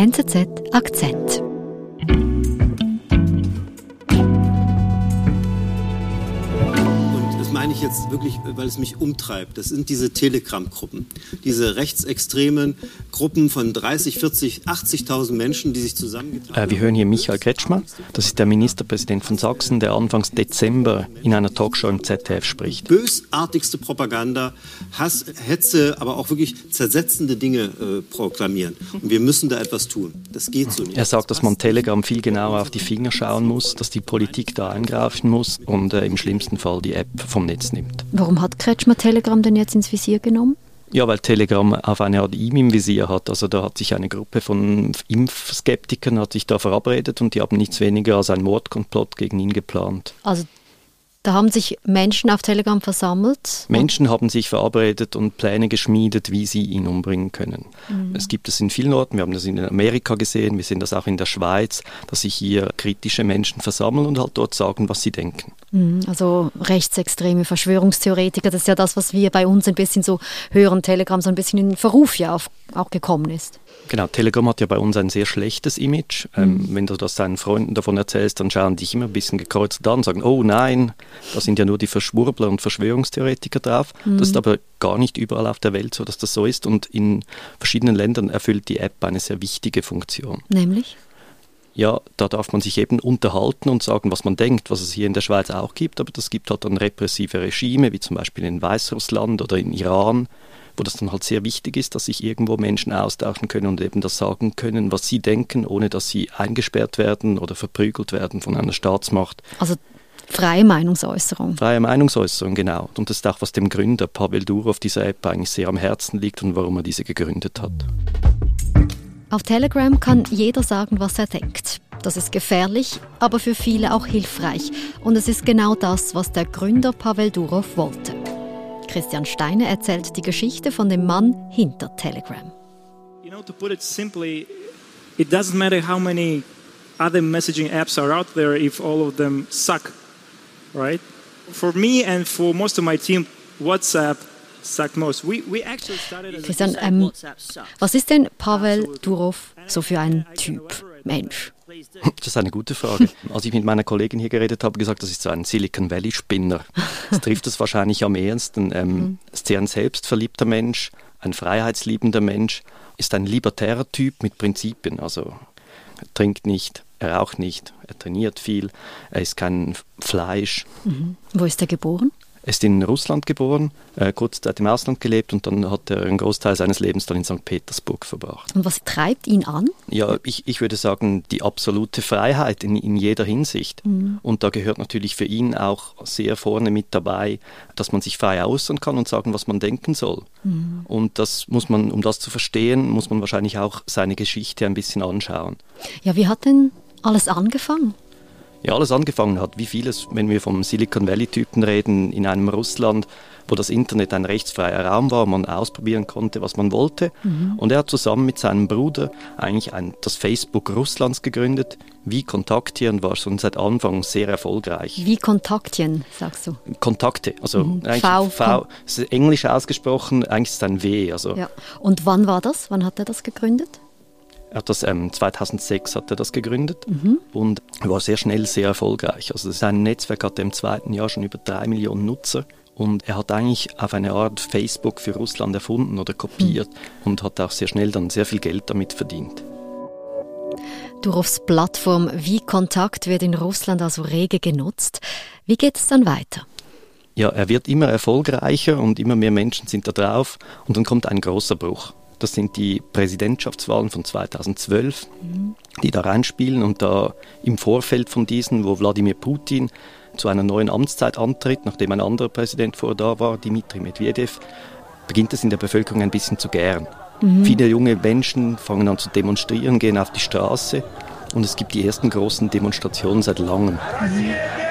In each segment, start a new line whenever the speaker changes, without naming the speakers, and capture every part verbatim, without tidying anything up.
N Z Z Akzent.
Meine ich jetzt wirklich, weil es mich umtreibt. Das sind diese Telegram-Gruppen. Diese rechtsextremen Gruppen von dreißig, vierzig, achtzigtausend Menschen, die sich zusammengetan haben.
Äh, wir hören hier Michael Kretschmer. Das ist der Ministerpräsident von Sachsen, der anfangs Dezember in einer Talkshow im Z D F spricht.
Bösartigste Propaganda, Hass, Hetze, aber auch wirklich zersetzende Dinge äh, proklamieren. Und wir müssen da etwas tun. Das geht so nicht.
Er sagt, dass man Telegram viel genauer auf die Finger schauen muss, dass die Politik da eingreifen muss und äh, im schlimmsten Fall die App vom Netz nimmt.
Warum hat Kretschmer Telegram denn jetzt ins Visier genommen?
Ja, weil Telegram auf eine Art ihm im Visier hat. Also da hat sich eine Gruppe von Impfskeptikern hat sich da verabredet und die haben nichts weniger als einen Mordkomplott gegen ihn geplant.
Also da haben sich Menschen auf Telegram versammelt?
Menschen haben sich verabredet und Pläne geschmiedet, wie sie ihn umbringen können. Mhm. Es gibt es in vielen Orten, wir haben das in Amerika gesehen, wir sehen das auch in der Schweiz, dass sich hier kritische Menschen versammeln und halt dort sagen, was sie denken.
Mhm, also rechtsextreme Verschwörungstheoretiker, das ist ja das, was wir bei uns ein bisschen so hören, Telegram so ein bisschen in Verruf ja auf, auch gekommen ist.
Genau, Telegram hat ja bei uns ein sehr schlechtes Image. Mhm. Ähm, wenn du das deinen Freunden davon erzählst, dann schauen die dich immer ein bisschen gekreuzt an und sagen, oh nein, da sind ja nur die Verschwurbler und Verschwörungstheoretiker drauf. Mhm. Das ist aber gar nicht überall auf der Welt so, dass das so ist. Und in verschiedenen Ländern erfüllt die App eine sehr wichtige Funktion.
Nämlich?
Ja, da darf man sich eben unterhalten und sagen, was man denkt, was es hier in der Schweiz auch gibt. Aber das gibt halt dann repressive Regime, wie zum Beispiel in Weißrussland oder in Iran, wo das dann halt sehr wichtig ist, dass sich irgendwo Menschen austauschen können und eben das sagen können, was sie denken, ohne dass sie eingesperrt werden oder verprügelt werden von einer Staatsmacht.
Also freie Meinungsäußerung.
Freie Meinungsäußerung, genau. Und das ist auch, was dem Gründer Pavel Durov dieser App eigentlich sehr am Herzen liegt und warum er diese gegründet hat.
Auf Telegram kann jeder sagen, was er denkt. Das ist gefährlich, aber für viele auch hilfreich. Und es ist genau das, was der Gründer Pavel Durov wollte. Christian Steiner erzählt die Geschichte von dem Mann hinter Telegram.
You know, to put it simply, it doesn't matter how many other messaging apps are out there if all of them suck, right? For me and for most of my team, WhatsApp sucked most. We we actually started as
Christian, ähm, was ist denn Pavel Durov so für ein Typ, Mensch?
Das ist eine gute Frage. Als ich mit meiner Kollegin hier geredet habe, gesagt, das ist so ein Silicon Valley-Spinner. Das trifft es wahrscheinlich am ehesten. Ähm, mhm. Ist sehr ein selbstverliebter Mensch, ein freiheitsliebender Mensch, ist ein libertärer Typ mit Prinzipien. Also er trinkt nicht, er raucht nicht, er trainiert viel, er isst kein Fleisch.
Mhm. Wo ist er geboren?
Er ist in Russland geboren, äh, kurze Zeit im Ausland gelebt und dann hat er einen Großteil seines Lebens dann in Sankt Petersburg verbracht.
Und was treibt ihn an?
Ja, ich, ich würde sagen, die absolute Freiheit in, in jeder Hinsicht. Mhm. Und da gehört natürlich für ihn auch sehr vorne mit dabei, dass man sich frei äußern kann und sagen, was man denken soll. Mhm. Und das muss man, um das zu verstehen, muss man wahrscheinlich auch seine Geschichte ein bisschen anschauen.
Ja, wie hat denn alles angefangen?
Ja, alles angefangen hat, wie vieles, wenn wir vom Silicon Valley-Typen reden, in einem Russland, wo das Internet ein rechtsfreier Raum war, man ausprobieren konnte, was man wollte. Mhm. Und er hat zusammen mit seinem Bruder eigentlich ein, das Facebook Russlands gegründet. Wie Kontaktien war schon seit Anfang sehr erfolgreich.
Wie Kontaktien, sagst du?
Kontakte, also
mhm.
eigentlich
V,
V, es ist englisch ausgesprochen, eigentlich ist es ein W. Also.
Ja. Und wann war das? Wann hat er das gegründet?
Er hat das, ähm, zweitausendsechs hat er das gegründet
mhm.
und war sehr schnell sehr erfolgreich. Also sein Netzwerk hatte im zweiten Jahr schon über drei Millionen Nutzer und er hat eigentlich auf eine Art Facebook für Russland erfunden oder kopiert mhm. und hat auch sehr schnell dann sehr viel Geld damit verdient.
Durovs Plattform Wie Kontakt wird in Russland also rege genutzt. Wie geht es dann weiter?
Ja, er wird immer erfolgreicher und immer mehr Menschen sind da drauf und dann kommt ein großer Bruch. Das sind die Präsidentschaftswahlen von zweitausendzwölf, mhm. die da reinspielen und da im Vorfeld von diesen, wo Wladimir Putin zu einer neuen Amtszeit antritt, nachdem ein anderer Präsident vorher da war, Dmitri Medvedev, beginnt es in der Bevölkerung ein bisschen zu gären. Mhm. Viele junge Menschen fangen an zu demonstrieren, gehen auf die Straße und es gibt die ersten großen Demonstrationen seit langem. Mhm.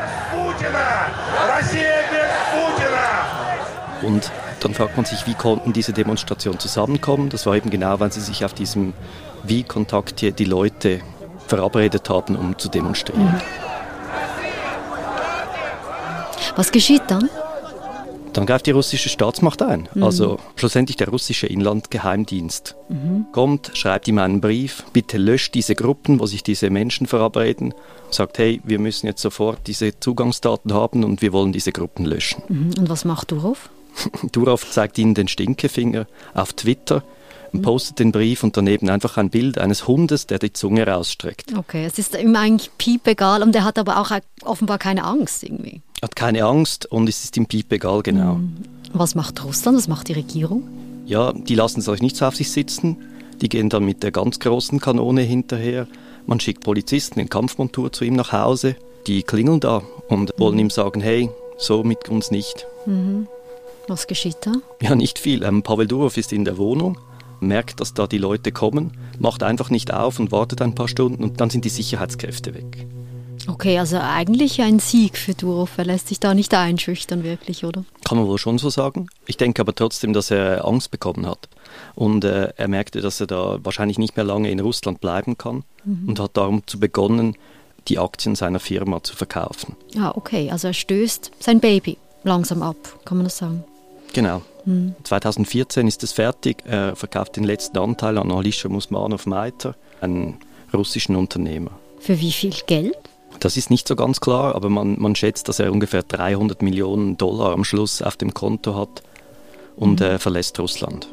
Und dann fragt man sich, wie konnten diese Demonstrationen zusammenkommen? Das war eben genau, weil sie sich auf diesem Wie-Kontakt hier die Leute verabredet haben, um zu demonstrieren.
Mhm. Was geschieht dann?
Dann greift die russische Staatsmacht ein. Mhm. Also schlussendlich der russische Inlandgeheimdienst mhm. kommt, schreibt ihm einen Brief, bitte löscht diese Gruppen, wo sich diese Menschen verabreden, sagt, hey, wir müssen jetzt sofort diese Zugangsdaten haben und wir wollen diese Gruppen löschen.
Mhm. Und was macht Durov?
Durov zeigt ihnen den Stinkefinger auf Twitter, mhm. postet den Brief und daneben einfach ein Bild eines Hundes, der die Zunge rausstreckt.
Okay, es ist ihm eigentlich piepegal und er hat aber auch offenbar keine Angst irgendwie.
Hat keine Angst und es ist ihm piepegal, genau.
Mhm. Was macht Russland, was macht die Regierung?
Ja, die lassen es euch nicht so auf sich sitzen, die gehen dann mit der ganz großen Kanone hinterher. Man schickt Polizisten in Kampfmontur zu ihm nach Hause, die klingeln da und wollen mhm. ihm sagen, hey, so mit uns nicht.
Mhm. Was geschieht da?
Ja, nicht viel. Ähm, Pavel Durov ist in der Wohnung, merkt, dass da die Leute kommen, macht einfach nicht auf und wartet ein paar Stunden und dann sind die Sicherheitskräfte weg.
Okay, also eigentlich ein Sieg für Durov. Er lässt sich da nicht einschüchtern wirklich, oder?
Kann man wohl schon so sagen. Ich denke aber trotzdem, dass er Angst bekommen hat. Und äh, er merkte, dass er da wahrscheinlich nicht mehr lange in Russland bleiben kann mhm. und hat darum zu begonnen, die Aktien seiner Firma zu verkaufen.
Ah, okay. Also er stößt sein Baby langsam ab, kann man das sagen?
Genau. Mhm. zwanzig vierzehn ist es fertig. Er verkauft den letzten Anteil an Alisher Musmanov-Meiter, einen russischen Unternehmer.
Für wie viel Geld?
Das ist nicht so ganz klar, aber man, man schätzt, dass er ungefähr dreihundert Millionen Dollar am Schluss auf dem Konto hat und mhm. äh, verlässt Russland.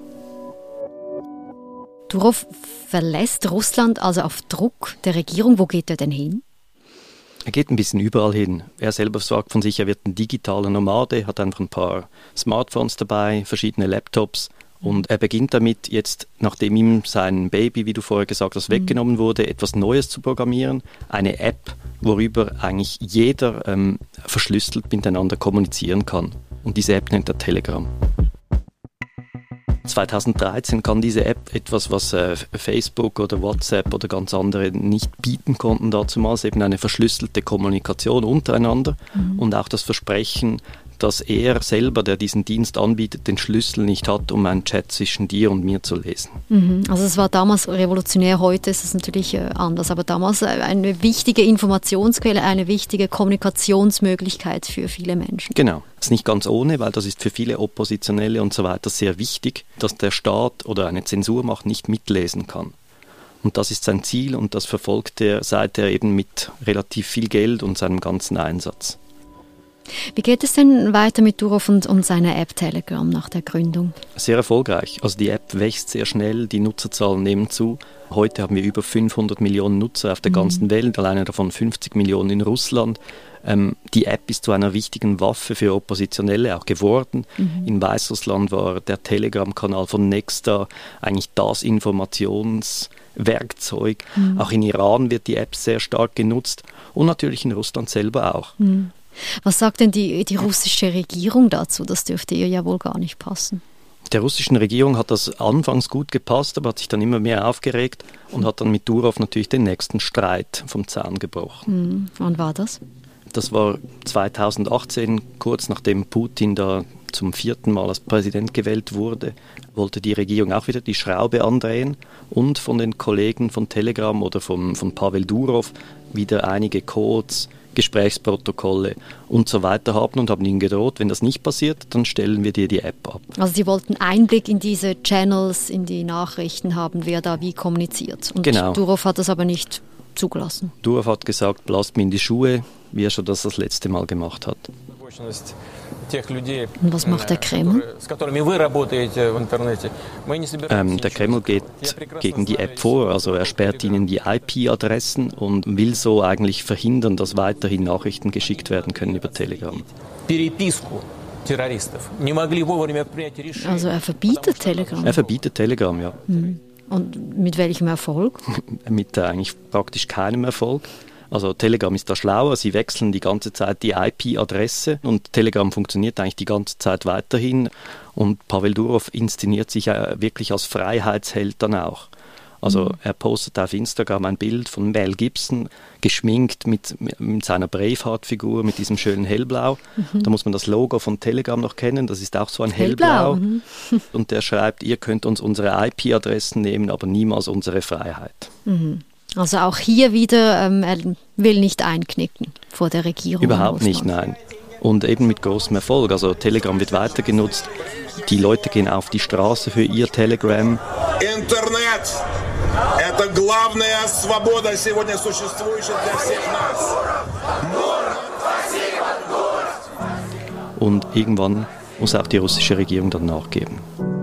Durov verlässt Russland also auf Druck der Regierung. Wo geht er denn hin?
Er geht ein bisschen überall hin. Er selber sagt von sich, er wird ein digitaler Nomade, hat einfach ein paar Smartphones dabei, verschiedene Laptops. Und er beginnt damit, jetzt, nachdem ihm sein Baby, wie du vorher gesagt hast, weggenommen wurde, etwas Neues zu programmieren. Eine App, worüber eigentlich jeder ähm, verschlüsselt miteinander kommunizieren kann. Und diese App nennt er Telegram. zwanzig dreizehn kann diese App etwas, was äh, Facebook oder WhatsApp oder ganz andere nicht bieten konnten dazumals, eben eine verschlüsselte Kommunikation untereinander mhm. und auch das Versprechen, dass er selber, der diesen Dienst anbietet, den Schlüssel nicht hat, um einen Chat zwischen dir und mir zu lesen.
Mhm. Also es war damals revolutionär, heute ist es natürlich äh, anders, aber damals eine wichtige Informationsquelle, eine wichtige Kommunikationsmöglichkeit für viele Menschen.
Genau, das ist nicht ganz ohne, weil das ist für viele Oppositionelle und so weiter sehr wichtig, dass der Staat oder eine Zensurmacht nicht mitlesen kann. Und das ist sein Ziel und das verfolgt er, seit er eben mit relativ viel Geld und seinem ganzen Einsatz.
Wie geht es denn weiter mit Durov und, und seiner App Telegram nach der Gründung?
Sehr erfolgreich. Also die App wächst sehr schnell, die Nutzerzahlen nehmen zu. Heute haben wir über fünfhundert Millionen Nutzer auf der mhm. ganzen Welt, alleine davon fünfzig Millionen in Russland. Ähm, die App ist zu einer wichtigen Waffe für Oppositionelle auch geworden. Mhm. In Weißrussland war der Telegram-Kanal von Nexta eigentlich das Informationswerkzeug. Mhm. Auch in Iran wird die App sehr stark genutzt und natürlich in Russland selber auch.
Mhm. Was sagt denn die, die russische Regierung dazu? Das dürfte ihr ja wohl gar nicht passen.
Der russischen Regierung hat das anfangs gut gepasst, aber hat sich dann immer mehr aufgeregt und hat dann mit Durov natürlich den nächsten Streit vom Zaun gebrochen.
Mhm. Wann war das?
Das war zwanzig achtzehn, kurz nachdem Putin da zum vierten Mal als Präsident gewählt wurde, wollte die Regierung auch wieder die Schraube andrehen und von den Kollegen von Telegram oder von, von Pavel Durov wieder einige Codes, Gesprächsprotokolle und so weiter haben und haben ihnen gedroht, wenn das nicht passiert, dann stellen wir dir die App ab.
Also sie wollten Einblick in diese Channels, in die Nachrichten haben, wer da wie kommuniziert. Und
genau.
Durov hat das aber nicht zugelassen.
Durov hat gesagt, blasst mir in die Schuhe, wie er schon das das letzte Mal gemacht hat.
Und was macht der Kreml?
Ähm, der Kreml geht gegen die App vor, also er sperrt ihnen die I P-Adressen und will so eigentlich verhindern, dass weiterhin Nachrichten geschickt werden können über Telegram.
Also er verbietet Telegram?
Er verbietet Telegram, ja.
Hm. Und mit welchem Erfolg?
Mit äh, eigentlich praktisch keinem Erfolg. Also Telegram ist da schlauer, sie wechseln die ganze Zeit die I P-Adresse und Telegram funktioniert eigentlich die ganze Zeit weiterhin und Pavel Durov inszeniert sich wirklich als Freiheitsheld dann auch. Also mhm. er postet auf Instagram ein Bild von Mel Gibson, geschminkt mit, mit seiner Braveheart-Figur, mit diesem schönen Hellblau. Mhm. Da muss man das Logo von Telegram noch kennen, das ist auch so ein Hellblau. Hellblau. Mhm. Und der schreibt, ihr könnt uns unsere I P-Adressen nehmen, aber niemals unsere Freiheit.
Mhm. Also auch hier wieder, ähm, er will nicht einknicken vor der Regierung.
Überhaupt nicht, nein. Und eben mit großem Erfolg. Also Telegram wird weiter genutzt. Die Leute gehen auf die Straße für ihr Telegram.
Internet – это главная свобода сегодня существующая для всех нас.
Und irgendwann muss auch die russische Regierung dann nachgeben.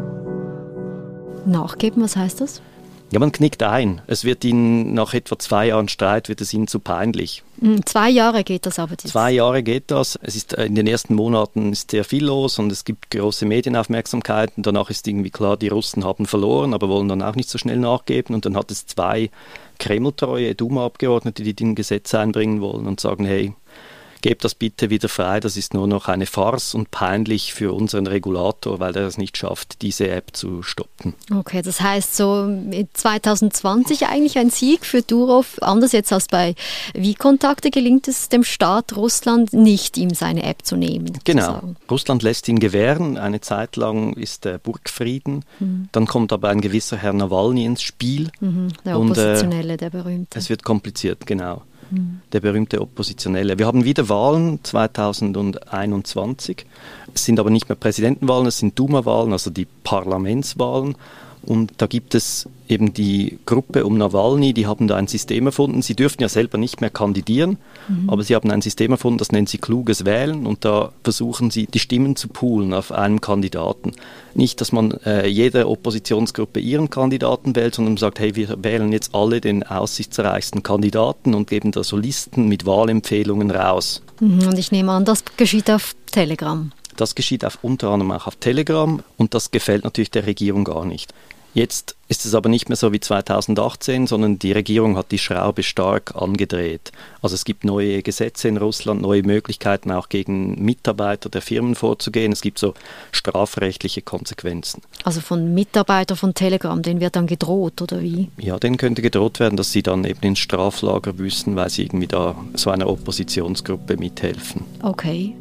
Nachgeben, was heißt das?
Ja, man knickt ein. Es wird ihnen nach etwa zwei Jahren Streit wird es ihnen zu peinlich.
Zwei Jahre geht das aber. Dieses.
Zwei Jahre geht das. Es ist in den ersten Monaten ist sehr viel los und es gibt große Medienaufmerksamkeit. Und danach ist irgendwie klar, die Russen haben verloren, aber wollen dann auch nicht so schnell nachgeben. Und dann hat es zwei kremltreue Duma-Abgeordnete, die ein Gesetz einbringen wollen und sagen, hey, gebt das bitte wieder frei, das ist nur noch eine Farce und peinlich für unseren Regulator, weil er es nicht schafft, diese App zu stoppen.
Okay, das heißt so zwanzig zwanzig eigentlich ein Sieg für Durov. Anders jetzt als bei Wie-Kontakte gelingt es dem Staat Russland nicht, ihm seine App zu nehmen.
Genau, Russland lässt ihn gewähren. Eine Zeit lang ist der Burgfrieden. Mhm. Dann kommt aber ein gewisser Herr Nawalny ins Spiel.
Mhm, der Oppositionelle, und, äh, der berühmte.
Es wird kompliziert, genau. Der berühmte Oppositionelle. Wir haben wieder Wahlen zwanzig einundzwanzig. Es sind aber nicht mehr Präsidentenwahlen, es sind Duma-Wahlen, also die Parlamentswahlen. Und da gibt es eben die Gruppe um Nawalny, die haben da ein System erfunden. Sie dürften ja selber nicht mehr kandidieren, mhm. aber sie haben ein System erfunden, das nennt sie kluges Wählen. Und da versuchen sie, die Stimmen zu poolen auf einem Kandidaten. Nicht, dass man äh, jede Oppositionsgruppe ihren Kandidaten wählt, sondern sagt, hey, wir wählen jetzt alle den aussichtsreichsten Kandidaten und geben da so Listen mit Wahlempfehlungen raus.
Mhm, und ich nehme an, das geschieht auf Telegram.
Das geschieht auf, unter anderem auch auf Telegram und das gefällt natürlich der Regierung gar nicht. Jetzt ist es aber nicht mehr so wie zwanzig achtzehn, sondern die Regierung hat die Schraube stark angedreht. Also es gibt neue Gesetze in Russland, neue Möglichkeiten auch gegen Mitarbeiter der Firmen vorzugehen. Es gibt so strafrechtliche Konsequenzen.
Also von Mitarbeitern von Telegram, denen wird dann gedroht, oder wie?
Ja, denen könnte gedroht werden, dass sie dann eben ins Straflager müssen, weil sie irgendwie da so einer Oppositionsgruppe mithelfen.
Okay.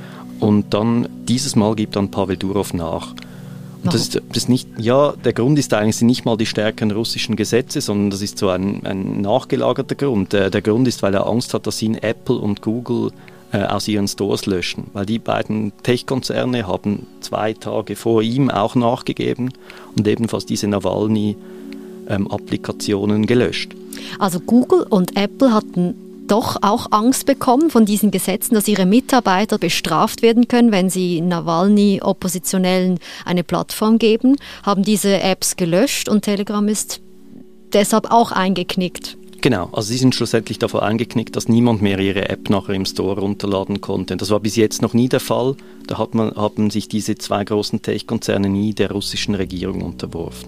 Und dann, dieses Mal gibt dann Pavel Durov nach. Und das ist, das ist nicht, ja, der Grund ist eigentlich sind nicht mal die stärkeren russischen Gesetze, sondern das ist so ein, ein nachgelagerter Grund. Der, der Grund ist, weil er Angst hat, dass ihn Apple und Google äh, aus ihren Stores löschen. Weil die beiden Tech-Konzerne haben zwei Tage vor ihm auch nachgegeben und ebenfalls diese Nawalny-Applikationen ähm, gelöscht.
Also Google und Apple hatten doch auch Angst bekommen von diesen Gesetzen, dass ihre Mitarbeiter bestraft werden können, wenn sie Nawalny-Oppositionellen eine Plattform geben, haben diese Apps gelöscht und Telegram ist deshalb auch eingeknickt.
Genau, also sie sind schlussendlich davor eingeknickt, dass niemand mehr ihre App nachher im Store runterladen konnte. Das war bis jetzt noch nie der Fall. Da hat man, haben sich diese zwei großen Tech-Konzerne nie der russischen Regierung unterworfen.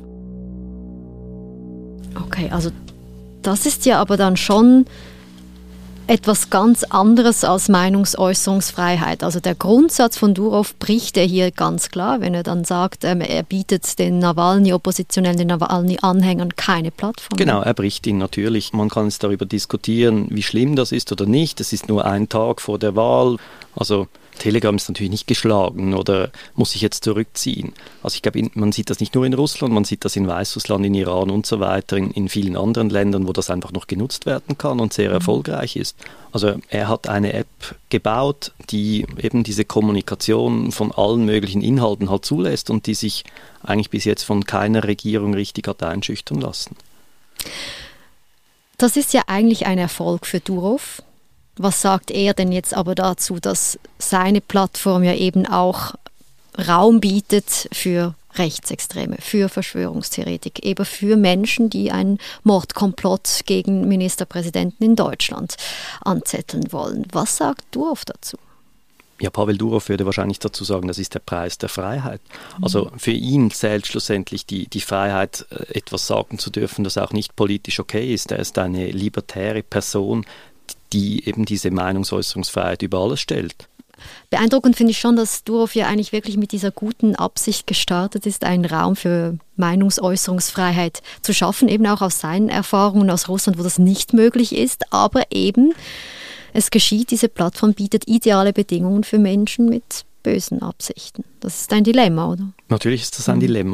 Okay, also das ist ja aber dann schon etwas ganz anderes als Meinungsäußerungsfreiheit. Also der Grundsatz von Durov bricht er hier ganz klar, wenn er dann sagt, ähm, er bietet den Nawalny-Oppositionellen, den Nawalny-Anhängern keine Plattform.
Genau, er bricht ihn natürlich. Man kann jetzt darüber diskutieren, wie schlimm das ist oder nicht. Es ist nur ein Tag vor der Wahl. Also Telegram ist natürlich nicht geschlagen oder muss sich jetzt zurückziehen. Also ich glaube, man sieht das nicht nur in Russland, man sieht das in Weißrussland, in Iran und so weiter, in, in vielen anderen Ländern, wo das einfach noch genutzt werden kann und sehr erfolgreich ist. Also er hat eine App gebaut, die eben diese Kommunikation von allen möglichen Inhalten halt zulässt und die sich eigentlich bis jetzt von keiner Regierung richtig hat einschüchtern lassen.
Das ist ja eigentlich ein Erfolg für Durov. Was sagt er denn jetzt aber dazu, dass seine Plattform ja eben auch Raum bietet für Rechtsextreme, für Verschwörungstheoretik, eben für Menschen, die einen Mordkomplott gegen Ministerpräsidenten in Deutschland anzetteln wollen? Was sagt Durov dazu?
Ja, Pavel Durov würde wahrscheinlich dazu sagen, das ist der Preis der Freiheit. Also für ihn zählt schlussendlich die, die Freiheit, etwas sagen zu dürfen, das auch nicht politisch okay ist. Er ist eine libertäre Person, die eben diese Meinungsäußerungsfreiheit über alles stellt.
Beeindruckend finde ich schon, dass Durov ja eigentlich wirklich mit dieser guten Absicht gestartet ist, einen Raum für Meinungsäußerungsfreiheit zu schaffen, eben auch aus seinen Erfahrungen aus Russland, wo das nicht möglich ist, aber eben es geschieht, diese Plattform bietet ideale Bedingungen für Menschen mit bösen Absichten. Das ist ein Dilemma, oder?
Natürlich ist das ein mhm. Dilemma.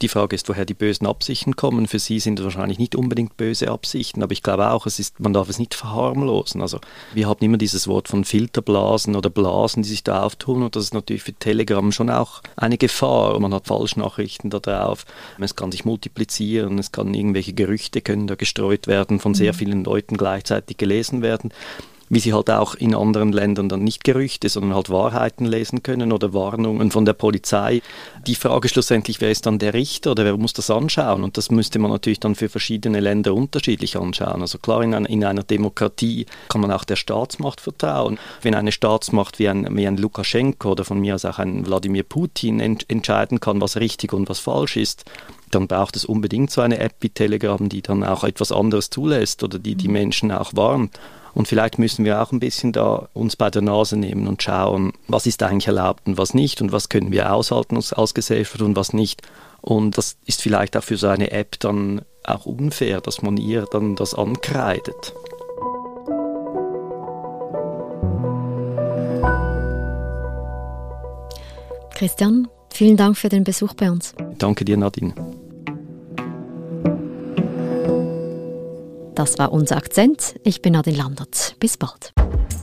Die Frage ist, woher die bösen Absichten kommen. Für sie sind es wahrscheinlich nicht unbedingt böse Absichten, aber ich glaube auch, es ist, man darf es nicht verharmlosen. Also wir haben immer dieses Wort von Filterblasen oder Blasen, die sich da auftun, und das ist natürlich für Telegram schon auch eine Gefahr. Man hat Falschnachrichten da drauf, es kann sich multiplizieren, es kann irgendwelche Gerüchte können da gestreut werden, von sehr vielen Leuten gleichzeitig gelesen werden. Wie sie halt auch in anderen Ländern dann nicht Gerüchte, sondern halt Wahrheiten lesen können oder Warnungen von der Polizei. Die Frage schlussendlich, wer ist dann der Richter oder wer muss das anschauen? Und das müsste man natürlich dann für verschiedene Länder unterschiedlich anschauen. Also klar, in einer, in einer Demokratie kann man auch der Staatsmacht vertrauen. Wenn eine Staatsmacht wie ein, wie ein Lukaschenko oder von mir aus auch ein Wladimir Putin ent, entscheiden kann, was richtig und was falsch ist, dann braucht es unbedingt so eine App wie Telegram, die dann auch etwas anderes zulässt oder die die Menschen auch warnt. Und vielleicht müssen wir auch ein bisschen da uns bei der Nase nehmen und schauen, was ist eigentlich erlaubt und was nicht und was können wir aushalten als, als Gesellschaft und was nicht. Und das ist vielleicht auch für so eine App dann auch unfair, dass man ihr dann das ankreidet.
Christian, vielen Dank für den Besuch bei uns.
Danke dir, Nadine.
Das war unser Akzent. Ich bin Nadine Landert. Bis bald.